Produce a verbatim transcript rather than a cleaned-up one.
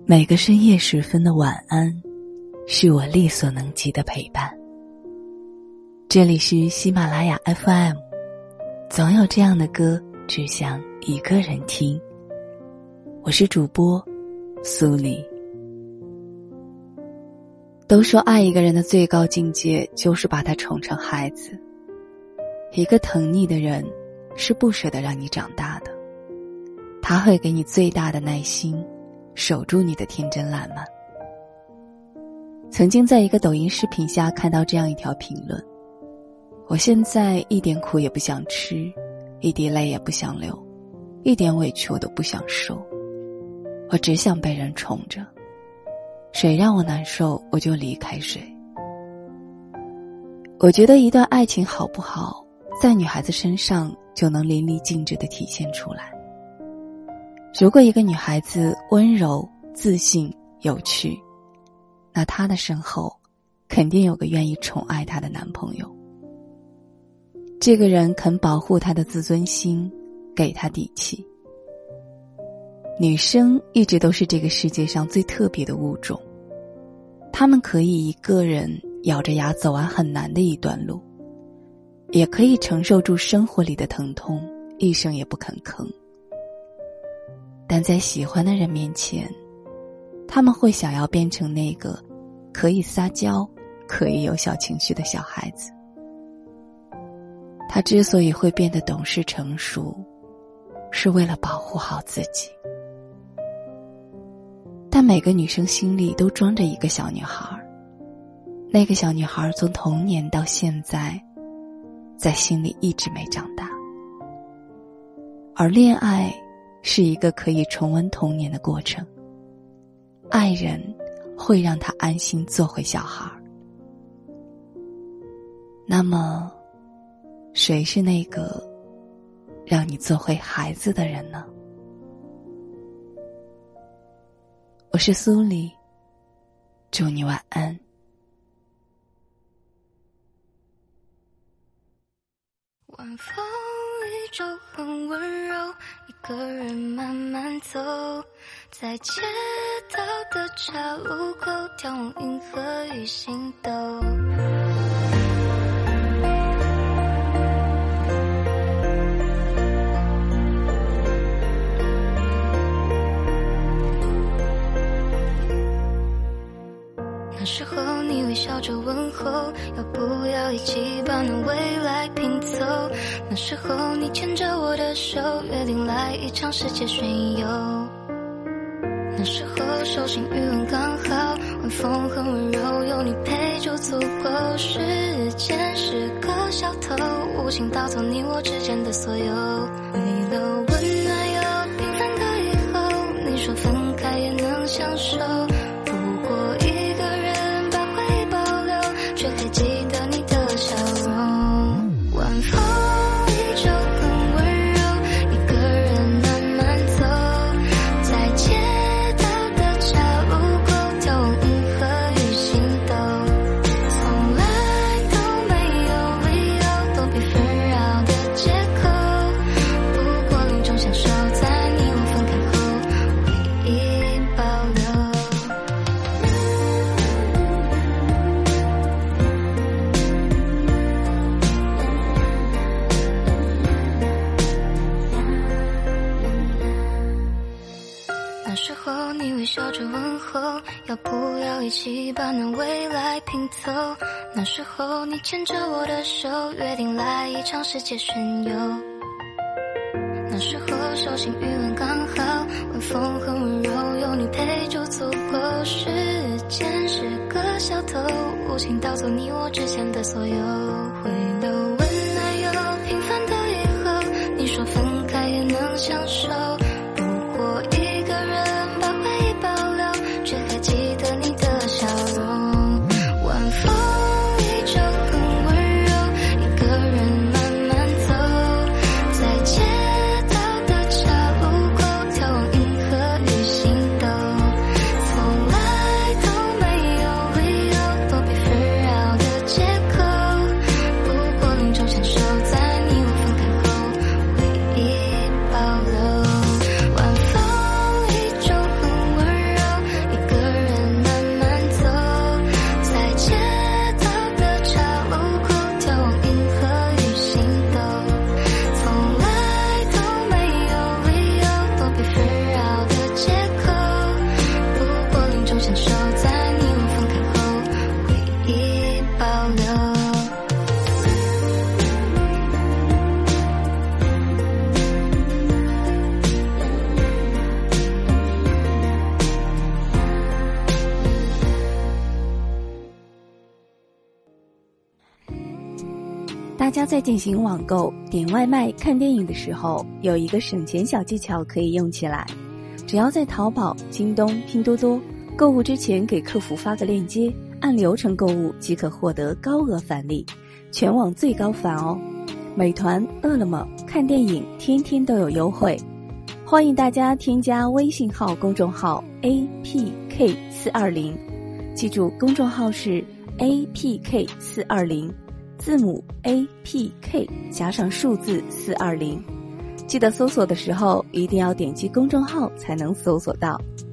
每个深夜时分的晚安，是我力所能及的陪伴。这里是喜马拉雅 F M， 总有这样的歌，只想一个人听。我是主播苏黎。都说爱一个人的最高境界就是把他宠成孩子。一个疼你的人是不舍得让你长大的，他会给你最大的耐心，守住你的天真烂漫。曾经在一个抖音视频下看到这样一条评论：我现在一点苦也不想吃，一滴泪也不想流，一点委屈我都不想受，我只想被人宠着，谁让我难受我就离开谁。我觉得一段爱情好不好，在女孩子身上就能淋漓尽致地体现出来。如果一个女孩子温柔、自信、有趣，那她的身后肯定有个愿意宠爱她的男朋友。这个人肯保护她的自尊心，给她底气。女生一直都是这个世界上最特别的物种，她们可以一个人咬着牙走完很难的一段路，也可以承受住生活里的疼痛，一声也不肯吭。但在喜欢的人面前，他们会想要变成那个可以撒娇、可以有小情绪的小孩子。他之所以会变得懂事成熟，是为了保护好自己。但每个女生心里都装着一个小女孩，那个小女孩从童年到现在，在心里一直没长大。而恋爱是一个可以重温童年的过程，爱人会让她安心做回小孩。那么谁是那个让你做回孩子的人呢？我是苏黎，祝你晚安。 晚风依旧很温柔，一个人慢慢走，在街道的岔路口眺望银河与星斗。那时候你微笑着问候，要不要一起把那未来拼凑。那时候你牵着我的手，约定来一场世界巡游。那时候手心余温刚好，晚风很温柔，有你陪就足够。时间是个小偷，无情盗走你我之间的所有。为了温暖又平凡的以后，你说分开也能相守。那时候你微笑着问候，要不要一起把那未来拼凑。那时候你牵着我的手，约定来一场世界巡游。那时候手心余温刚好，晚风很温柔，有你陪就足够。时间是个小偷，无情盗走你我之间的所有。为了温暖又平凡的以后，你说分开也能相守。留。 家在进行网购、点外卖、看电影的时候，有一个省钱小技巧可以用起来。只要在淘宝、京东、拼多多购物之前给客服发个链接，按流程购物即可获得高额返利，全网最高返哦。美团、饿了么、看电影天天都有优惠，欢迎大家添加微信号公众号 A P K 四二零，记住公众号是 A P K 四二零，字母 A P K 加上数字四二零，记得搜索的时候一定要点击公众号才能搜索到。